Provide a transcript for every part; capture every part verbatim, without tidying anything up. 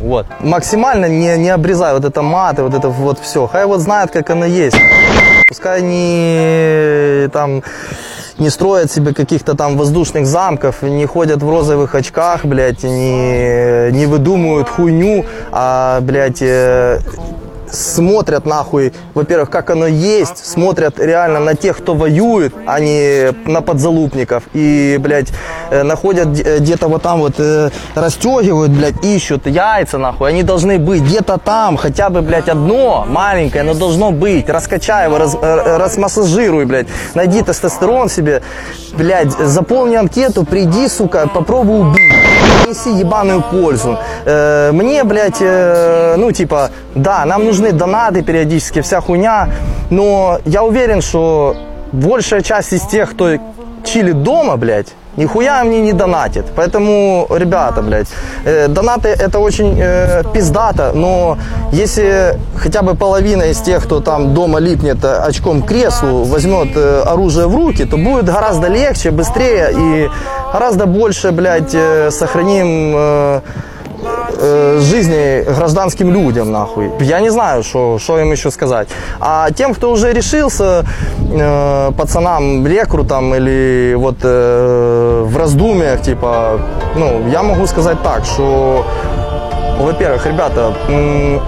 вот. Максимально не, не обрезай вот это маты, вот это вот все. Хай вот знает, как оно есть. Пускай не там не строят себе каких-то там воздушных замков, не ходят в розовых очках, блядь, не, не выдумывают хуйню, а, блядь, э, смотрят нахуй, во-первых, как оно есть, смотрят реально на тех, кто воюет, а не на подзалупников. И, блядь, э, находят где-то вот там вот, э, расстегивают, блядь, ищут яйца, нахуй. Они должны быть где-то там, хотя бы, блядь, одно маленькое, но должно быть. Раскачай его, раз, э, расмассажируй, блядь. Найди тестостерон себе, блядь, заполни анкету, приди, сука, попробуй убить. Неси ебаную пользу. Э, мне, блядь, э, ну, типа, да, нам нужны донаты периодически, вся хуйня, но я уверен, что большая часть из тех, кто чилит дома, блядь, нихуя мне не донатит. Поэтому, ребята, блядь, э, донаты это очень э, пиздато, но если хотя бы половина из тех, кто там дома липнет очком к креслу, возьмет э, оружие в руки, то будет гораздо легче, быстрее и гораздо больше, блядь, э, сохраним э, э, жизни гражданским людям, нахуй. Я не знаю, что им еще сказать. А тем, кто уже решился, э, пацанам, рекрутам или вот э, в раздумьях, типа, ну, я могу сказать так, что, во-первых, ребята, э,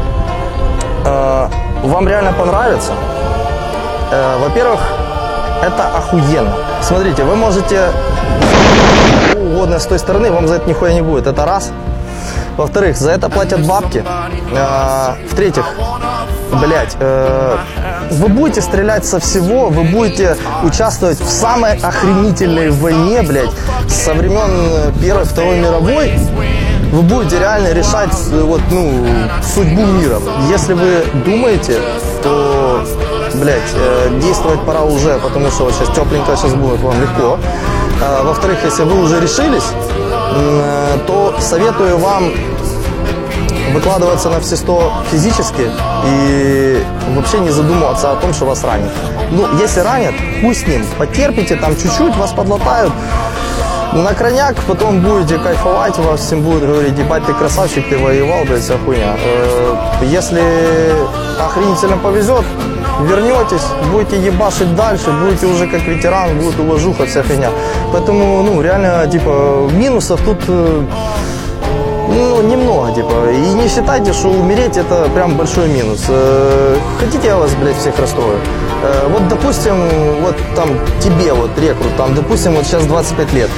э, вам реально понравится. Э, во-первых, это охуенно. Смотрите, вы можете угодно с той стороны, вам за это нихуя не будет. Это раз. Во-вторых, за это платят бабки. Э, в-третьих, блядь, э, вы будете стрелять со всего, вы будете участвовать в самой охренительной войне, блядь, со времен Первой, Второй мировой. Вы будете реально решать вот, ну, судьбу мира. Если вы думаете, то, блядь, э, действовать пора уже, потому что вот сейчас тепленько, сейчас будет вам легко. Э, во-вторых, если вы уже решились, э, то советую вам выкладываться на все сто физически и вообще не задумываться о том, что вас ранит. Ну, если ранят, пусть с ним. Потерпите, там чуть-чуть вас подлатают. На крайняк потом будете кайфовать, вас всем будут говорить: ебать, ты красавчик, ты воевал, блядь, вся хуйня. Если охренительно повезет, вернетесь, будете ебашить дальше, будете уже как ветеран, будет уважуха, вся хуйня. Поэтому, ну, реально, типа, минусов тут, ну, немного, типа. И не считайте, что умереть это прям большой минус. Хотите, я вас, блядь, всех расстрою? Вот, допустим, вот там тебе, вот, рекрут, там, допустим, вот сейчас двадцать пять лет.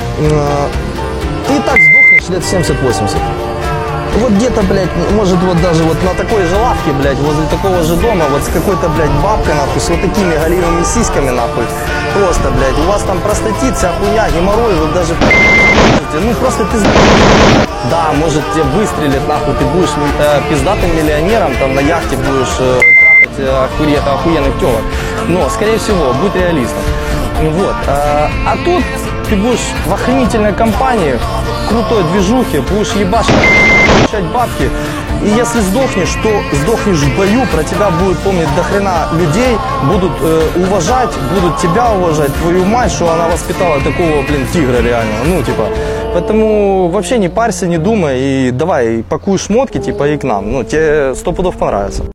Ты и так сдохнешь лет семьдесят-восемьдесят. Вот где-то, блядь, может, вот даже вот на такой же лавке, блядь, возле такого же дома, вот с какой-то, блядь, бабкой, нахуй, с вот такими голимыми сиськами, нахуй. Просто, блядь, у вас там простатит, вся хуйня, геморрой, вот даже, ну, просто ты... Да, может, тебе выстрелит, нахуй, ты будешь э, пиздатым миллионером, там, на яхте будешь э, трахать охуе, охуенных тёлок. Но, скорее всего, будь реалистом. Вот. А, а тут ты будешь в охренительной компании, крутой движухе, будешь ебашить, получать бабки. И если сдохнешь, то сдохнешь в бою, про тебя будут помнить до хрена людей, будут э, уважать, будут тебя уважать, твою мать, что она воспитала такого, блин, тигра реального. Ну, типа, поэтому вообще не парься, не думай, и давай, пакуй шмотки, типа, и к нам. Ну, тебе сто пудов понравится.